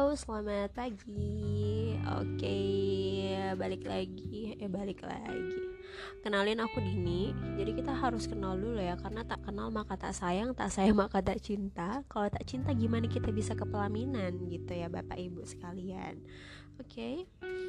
Selamat pagi. Oke, balik lagi. Kenalin aku Dini. Jadi kita harus kenal dulu ya, karena tak kenal maka tak sayang, tak sayang maka tak cinta. Kalau tak cinta gimana kita bisa ke pelaminan gitu ya, Bapak Ibu sekalian. Oke.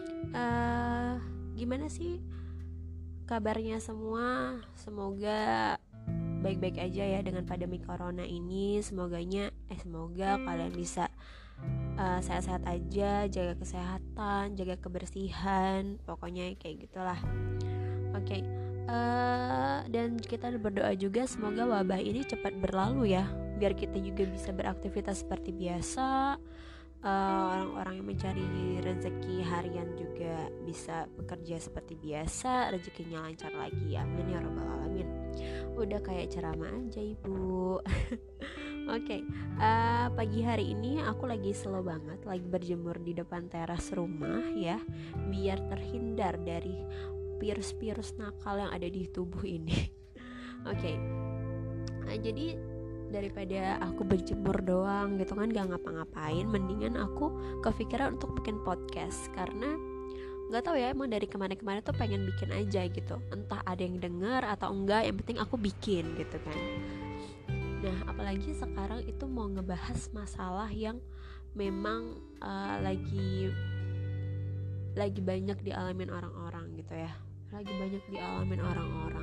Gimana sih kabarnya semua? Semoga baik-baik aja ya dengan pandemi corona ini. Semoga kalian bisa sehat-sehat aja, jaga kesehatan, jaga kebersihan, pokoknya kayak gitulah. Oke. Dan kita berdoa juga semoga wabah ini cepat berlalu ya, biar kita juga bisa beraktivitas seperti biasa. Orang-orang yang mencari rezeki harian juga bisa bekerja seperti biasa, rezekinya lancar lagi, amin ya robbal alamin. Udah kayak ceramah aja ibu. Oke, pagi hari ini aku lagi slow banget, lagi berjemur di depan teras rumah ya, biar terhindar dari virus-virus nakal yang ada di tubuh ini. Oke. Jadi daripada aku berjemur doang gitu kan, gak ngapa-ngapain, mendingan aku kepikiran untuk bikin podcast. Karena gak tahu ya, emang dari kemarin-kemarin tuh pengen bikin aja gitu, entah ada yang denger atau enggak, yang penting aku bikin gitu kan. Nah apalagi sekarang itu mau ngebahas masalah yang memang lagi banyak dialamin orang-orang gitu ya, lagi banyak dialamin orang-orang.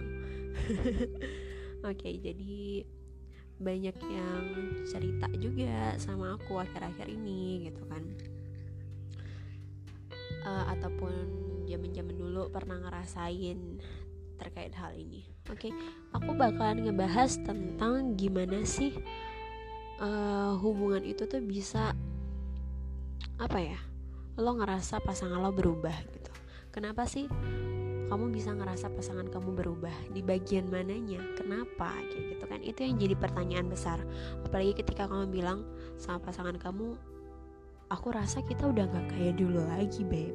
Oke, jadi banyak yang cerita juga sama aku akhir-akhir ini gitu kan, ataupun zaman-zaman dulu pernah ngerasain terkait hal ini. Oke, aku bakalan ngebahas tentang gimana sih hubungan itu tuh bisa lo ngerasa pasangan lo berubah gitu. Kenapa sih kamu bisa ngerasa pasangan kamu berubah, di bagian mananya, kenapa, kayak gitu kan. Itu yang jadi pertanyaan besar. Apalagi ketika kamu bilang sama pasangan kamu, aku rasa kita udah gak kayak dulu lagi beb.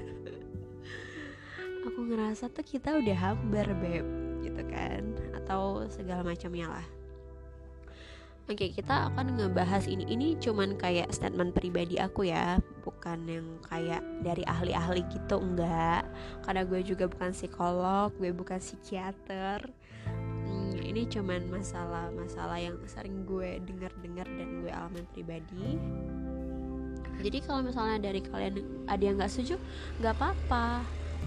Aku ngerasa tuh kita udah hambar beb, gitu kan, atau segala macamnya lah. Oke, kita akan ngebahas ini cuman kayak statement pribadi aku ya, bukan yang kayak dari ahli-ahli gitu, enggak. Karena gue juga bukan psikolog, gue bukan psikiater. Ini cuman masalah yang sering gue dengar dan gue alami pribadi. Jadi kalau misalnya dari kalian ada yang nggak setuju, nggak apa-apa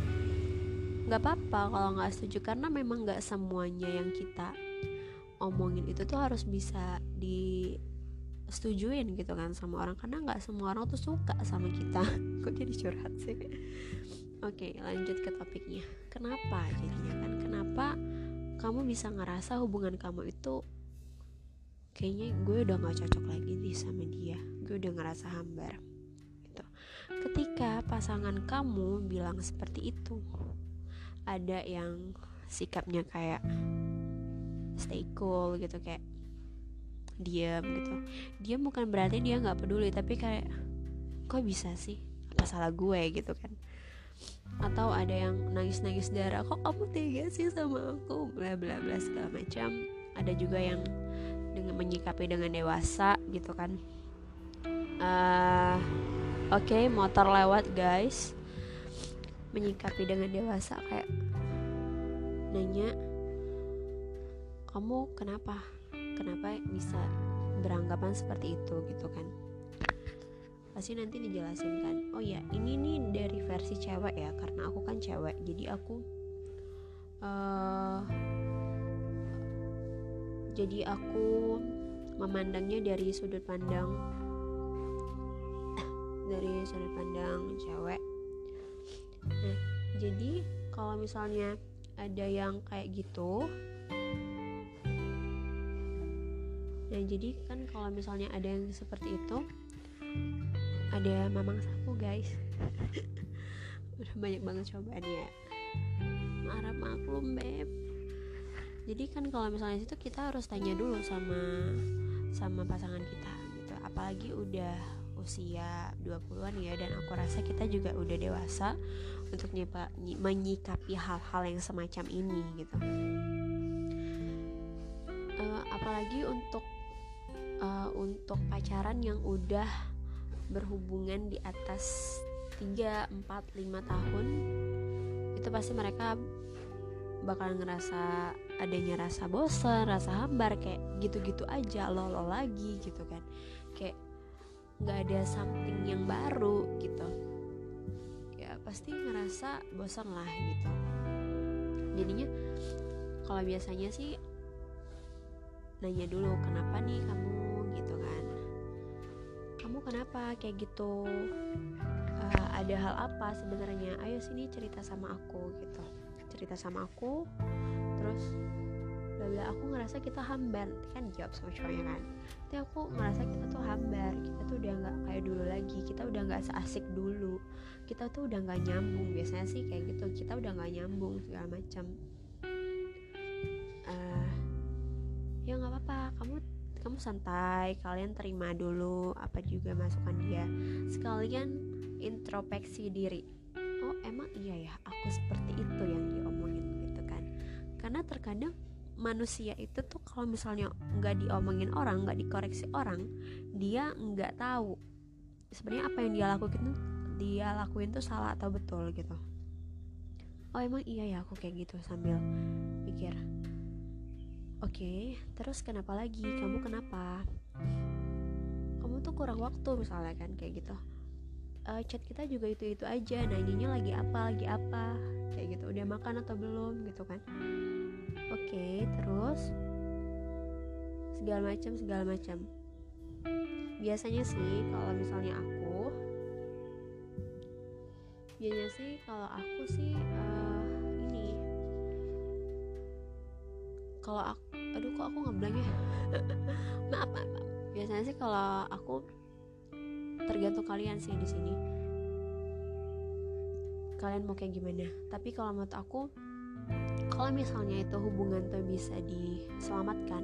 kalau nggak setuju, karena memang nggak semuanya yang kita omongin itu tuh harus bisa disetujuin gitu kan sama orang, karena nggak semua orang tuh suka sama kita. Kok jadi curhat sih? Oke, lanjut ke topiknya. Kenapa jadinya kan, kenapa kamu bisa ngerasa hubungan kamu itu kayaknya gue udah gak cocok lagi nih sama dia, gue udah ngerasa hambar gitu. Ketika pasangan kamu bilang seperti itu, ada yang sikapnya kayak stay cool gitu, kayak diam gitu. Dia bukan berarti dia nggak peduli, tapi kayak kok bisa sih, apa salah gue gitu kan. Atau ada yang nangis darah, kok kamu tega sih sama aku, bla bla bla segala macam. Ada juga yang dengan menyikapi dengan dewasa gitu kan. Oke, motor lewat guys. Menyikapi dengan dewasa, kayak nanya, kamu kenapa bisa beranggapan seperti itu gitu kan. Pasti nanti dijelasin kan, oh ya ini nih dari versi cewek ya, karena aku kan cewek, jadi aku memandangnya dari sudut pandang cewek. Nah jadi kalau misalnya ada yang kayak gitu, nah jadi kan kalau misalnya ada yang seperti itu, ada mamang sapu guys. Udah banyak banget cobaan ya, maklum beb. Jadi kan kalau misalnya situ kita harus tanya dulu sama pasangan kita gitu. Apalagi udah usia 20-an ya, dan aku rasa kita juga udah dewasa untuk menyikapi hal-hal yang semacam ini gitu. Apalagi untuk pacaran yang udah berhubungan di atas 3, 4, 5 tahun, itu pasti mereka bakalan ngerasa adanya rasa bosan, rasa hambar, kayak gitu-gitu aja, lo lagi gitu kan, kayak nggak ada something yang baru gitu, ya pasti ngerasa bosan lah gitu. Jadinya kalau biasanya sih nanya dulu, kenapa nih kamu gitu kan, kamu kenapa kayak gitu, ada hal apa sebenarnya, ayo sini cerita sama aku gitu, cerita sama aku. Terus bla aku ngerasa kita hambar, kan jawab sama cowoknya kan, tapi aku ngerasa kita tuh hambar, kita tuh udah nggak kayak dulu lagi, kita udah nggak seasik dulu, kita tuh udah nggak nyambung. Biasanya sih kayak gitu, kita udah nggak nyambung segala macam. Ya nggak apa-apa, kamu santai, kalian terima dulu apa juga masukan dia, sekalian introspeksi diri. Oh emang iya ya, aku seperti itu yang diomongin gitu kan. Karena terkadang manusia itu tuh kalau misalnya nggak diomongin orang, nggak dikoreksi orang, dia nggak tahu sebenarnya apa yang dia lakuin tuh salah atau betul gitu. Oh emang iya ya aku kayak gitu, sambil pikir. Oke, terus kenapa lagi? Kamu kenapa? Kamu tuh kurang waktu misalnya kan kayak gitu. Chat kita juga itu aja, nanyanya lagi apa, kayak gitu. Udah makan atau belum gitu kan? Oke, terus segala macam. Biasanya sih kalau misalnya aku sih ini. Kalau aku, aduh kok aku ngebleng ya. maaf. Biasanya sih kalau aku, tergantung kalian sih di sini. Kalian mau kayak gimana? Tapi kalau menurut aku, kalau misalnya itu hubungan tuh bisa diselamatkan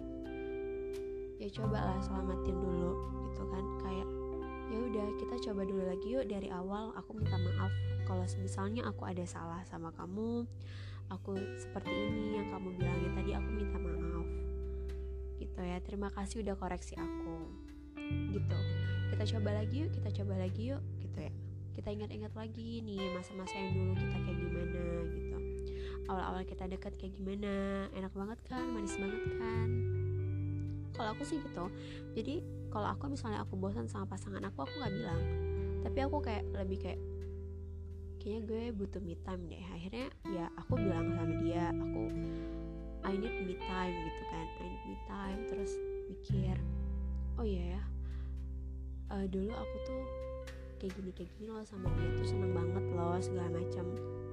ya cobalah selamatin dulu gitu kan. Kayak ya udah, kita coba dulu lagi yuk dari awal. Aku minta maaf kalau misalnya aku ada salah sama kamu, aku seperti ini yang kamu bilangin tadi, aku minta maaf gitu ya, terima kasih udah koreksi aku gitu. Kita coba lagi yuk gitu ya. Kita ingat-ingat lagi nih masa-masa yang dulu kita kayak gimana gitu, awal-awal kita dekat kayak gimana, enak banget kan, manis banget kan. Kalau aku sih gitu. Jadi kalau aku misalnya aku bosan sama pasangan aku nggak bilang, tapi aku kayak lebih kayak, kayaknya gue butuh me time deh. Akhirnya ya aku bilang sama dia, I need me time gitu kan, I need me time. Terus mikir, oh iya ya, dulu aku tuh kayak gini loh sama dia tuh, seneng banget loh segala macam.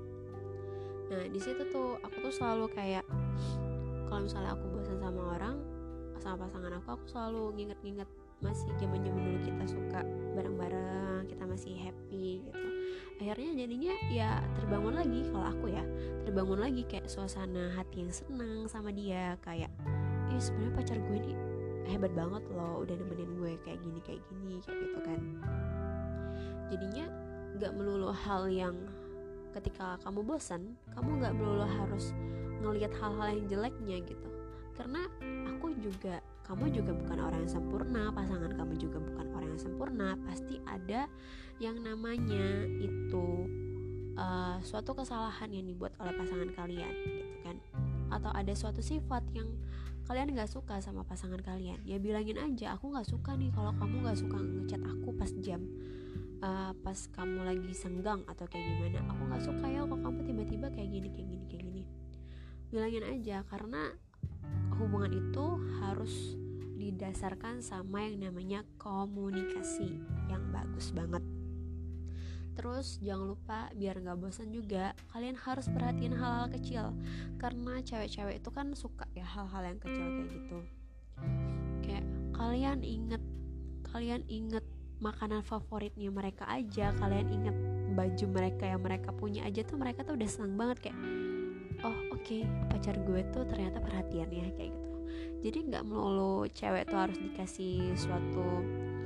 Nah di situ tuh aku tuh selalu kayak, kalau misalnya aku bosan sama pasangan aku selalu nginget masih zaman dulu kita suka bareng-bareng, kita masih happy gitu. Akhirnya jadinya ya terbangun lagi, kalau aku ya terbangun lagi kayak suasana hati yang senang sama dia, kayak sebenarnya pacar gue ini hebat banget loh, udah nemenin gue kayak gini kayak gitu kan. Jadinya gak melulu hal yang ketika kamu bosan, kamu gak melulu harus ngelihat hal-hal yang jeleknya gitu. Karena kamu juga bukan orang yang sempurna, pasangan kamu juga bukan orang yang sempurna. Pasti ada yang namanya itu suatu kesalahan yang dibuat oleh pasangan kalian gitu kan. Atau ada suatu sifat yang kalian gak suka sama pasangan kalian, ya bilangin aja, aku gak suka nih kalau kamu gak suka ngechat aku pas kamu lagi senggang atau kayak gimana. Aku gak suka ya kalau kamu tiba-tiba kayak gini. Bilangin aja, karena hubungan itu harus didasarkan sama yang namanya komunikasi yang bagus banget. Terus jangan lupa, biar gak bosan juga, kalian harus perhatiin hal-hal kecil. Karena cewek-cewek itu kan suka ya hal-hal yang kecil kayak gitu. Kayak kalian inget makanan favoritnya mereka aja, kalian inget baju mereka yang mereka punya aja tuh, mereka tuh udah senang banget kayak, oh oke, pacar gue tuh ternyata perhatiannya kayak gitu. Jadi gak melulu cewek tuh harus dikasih suatu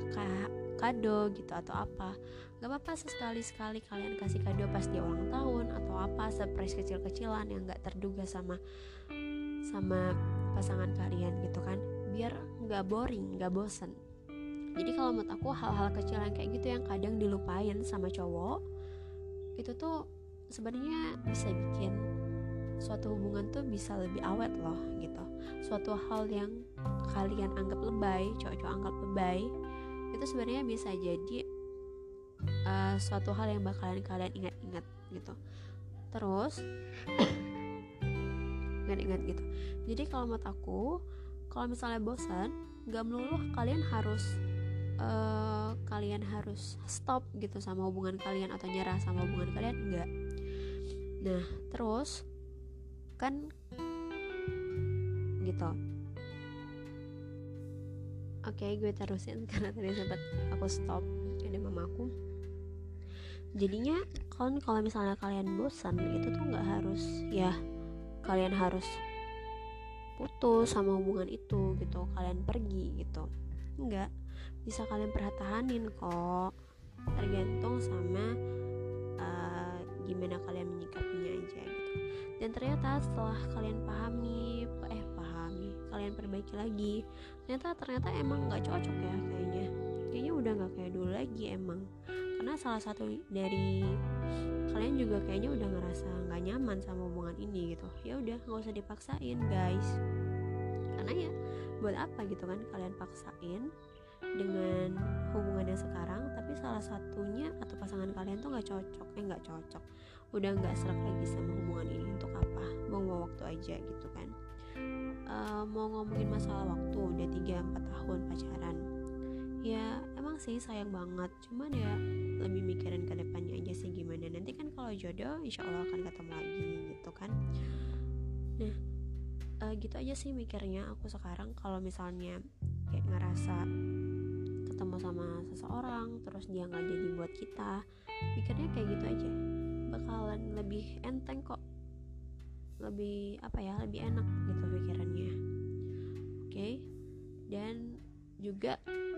kado gitu atau apa. Gak apa-apa sekali-sekali kalian kasih kado pas dia ulang tahun atau apa, surprise kecil-kecilan yang gak terduga sama pasangan kalian gitu kan, biar gak boring, gak bosen. Jadi kalau menurut aku hal-hal kecil yang kayak gitu yang kadang dilupain sama cowok, itu tuh sebenarnya bisa bikin suatu hubungan tuh bisa lebih awet loh gitu. Suatu hal yang kalian anggap lebay, cowok-cowok anggap lebay, itu sebenarnya bisa jadi suatu hal yang bakalan kalian ingat-ingat gitu. Terus ingat-ingat gitu. Jadi kalau menurut aku, kalau misalnya bosan, gak melulu kalian harus stop gitu sama hubungan kalian atau nyerah sama hubungan kalian, enggak. Nah terus kan gitu. Oke, gue terusin karena tadi sempat aku stop, ada mamaku. Jadinya kalau misalnya kalian bosan, itu tuh nggak harus ya kalian harus putus sama hubungan itu gitu, kalian pergi gitu, enggak. Bisa kalian pertahanin kok, tergantung sama gimana kalian menyikapinya aja gitu. Dan ternyata setelah kalian pahami, kalian perbaiki lagi, ternyata emang nggak cocok ya, kayaknya udah nggak kayak dulu lagi emang. Karena salah satu dari kalian juga kayaknya udah ngerasa nggak nyaman sama hubungan ini gitu. Ya udah, nggak usah dipaksain guys, karena ya buat apa gitu kan kalian paksain dengan hubungan yang sekarang, tapi salah satunya atau pasangan kalian tuh nggak cocok, udah nggak serak lagi sama hubungan ini. Untuk apa? Buang waktu aja gitu kan. Mau ngomongin masalah waktu, udah 3-4 tahun pacaran, ya emang sih sayang banget, cuman ya lebih mikirin ke depannya aja sih, gimana nanti kan kalau jodoh insya Allah akan ketemu lagi gitu kan. Nah gitu aja sih mikirnya aku sekarang. Kalau misalnya kayak ngerasa ketemu sama seseorang terus dia nggak jadi buat kita, mikirnya kayak gitu aja, bakalan lebih enteng kok, lebih enak gitu pikirannya. Oke. Dan juga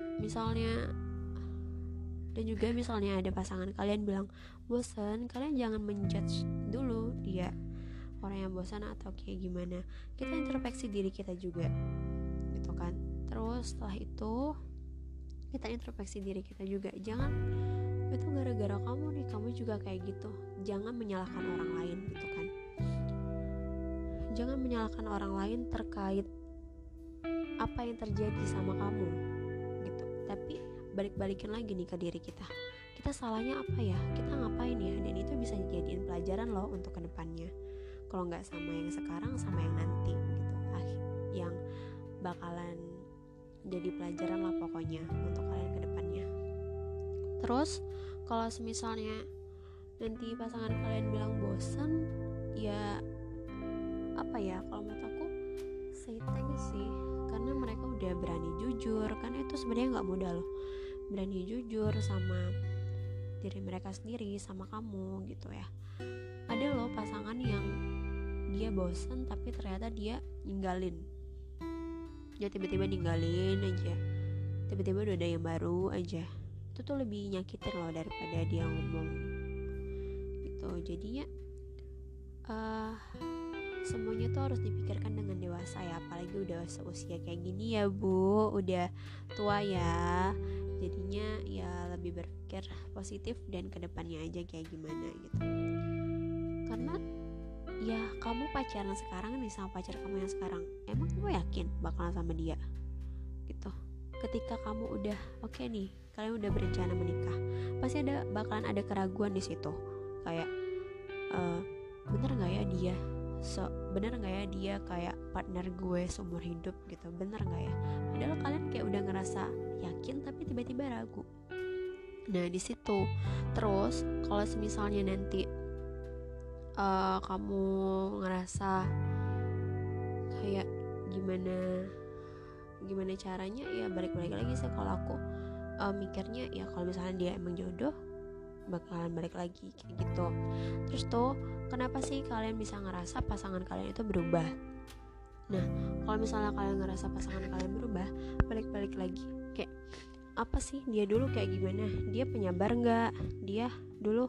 misalnya ada pasangan kalian bilang bosan, kalian jangan menjudge dulu dia orang yang bosan atau kayak gimana. Kita introspeksi diri kita juga gitu kan. Terus setelah itu kita introspeksi diri kita juga, jangan itu gara-gara kamu nih, kamu juga kayak gitu. Jangan menyalahkan orang lain gitu kan. Jangan menyalahkan orang lain terkait apa yang terjadi sama kamu gitu. Tapi balik-balikin lagi nih ke diri kita. Kita salahnya apa ya? Kita ngapain ya? Dan itu bisa dijadiin pelajaran loh untuk kedepannya. Kalau nggak sama yang sekarang, sama yang nanti gitu. Yang bakalan jadi pelajaran lah pokoknya untuk kalian kedepannya. Terus kalau misalnya nanti pasangan kalian bilang bosan, ya kalau menurut aku say thanks sih, karena mereka udah berani jujur. Karena itu sebenarnya nggak mudah loh, berani jujur sama diri mereka sendiri, sama kamu gitu ya. Ada loh pasangan yang dia bosan tapi ternyata dia ninggalin, dia tiba-tiba ninggalin aja, tiba-tiba udah ada yang baru aja. Itu tuh lebih nyakitin loh daripada dia ngomong gitu. Jadinya semuanya tuh harus dipikirkan dengan dewasa ya, apalagi udah seusia kayak gini ya Bu, udah tua ya. Jadinya ya lebih berpikir positif dan kedepannya aja kayak gimana gitu. Karena ya kamu pacaran sekarang nih sama pacar kamu yang sekarang, emang kamu yakin bakalan sama dia gitu? Ketika kamu udah oke nih, kalian udah berencana menikah, pasti bakalan ada keraguan di situ. Kayak bener nggak ya dia kayak partner gue seumur hidup gitu, bener nggak ya? Padahal kalian kayak udah ngerasa yakin tapi tiba-tiba ragu. Nah di situ. Terus kalau misalnya nanti kamu ngerasa kayak gimana caranya, ya balik lagi sih. Kalau aku mikirnya ya kalau misalnya dia emang jodoh, bakalan balik lagi kayak gitu. Terus tuh kenapa sih kalian bisa ngerasa pasangan kalian itu berubah? Nah kalau misalnya kalian ngerasa pasangan kalian berubah, balik lagi kayak apa sih dia dulu kayak gimana? Dia penyabar nggak? Dia dulu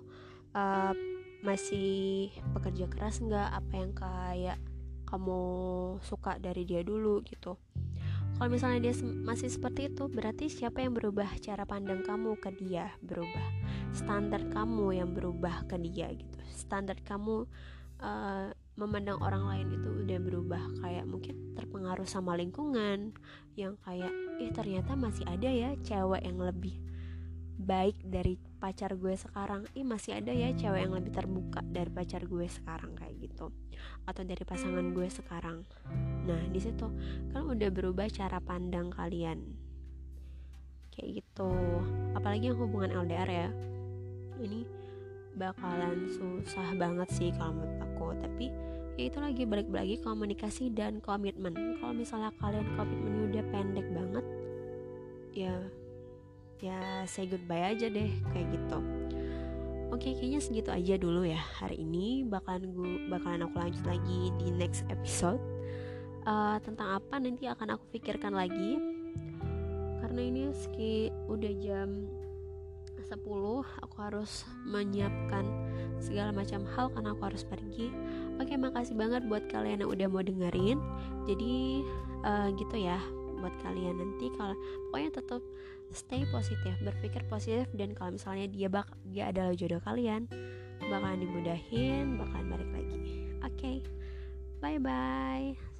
masih pekerja keras nggak? Apa yang kayak kamu suka dari dia dulu gitu? Kalau misalnya dia masih seperti itu, berarti siapa yang berubah? Cara pandang kamu ke dia berubah, standar kamu yang berubah ke dia gitu. Standar kamu memandang orang lain itu udah berubah. Kayak mungkin terpengaruh sama lingkungan, yang kayak ternyata masih ada ya cewek yang lebih baik dari pacar gue sekarang, masih ada ya cewek yang lebih terbuka dari pacar gue sekarang, kayak gitu, atau dari pasangan gue sekarang. Nah di situ kan udah berubah cara pandang kalian, kayak gitu. Apalagi yang hubungan LDR ya, ini bakalan susah banget sih kalau menurut aku. Tapi ya itu lagi, balik lagi komunikasi dan komitmen. Kalau misalnya kalian komitmennya udah pendek banget, ya say goodbye aja deh, kayak gitu. Oke, kayaknya segitu aja dulu ya hari ini. Bakalan aku lanjut lagi di next episode. Tentang apa nanti akan aku pikirkan lagi, karena ini udah jam 10. Aku harus menyiapkan segala macam hal karena aku harus pergi. Oke, makasih banget buat kalian yang udah mau dengerin. Jadi gitu ya buat kalian. Nanti kalau pokoknya tetap stay positif, berpikir positif, dan kalau misalnya dia adalah jodoh kalian, bakalan dimudahin, bakalan balik lagi. Oke, bye bye.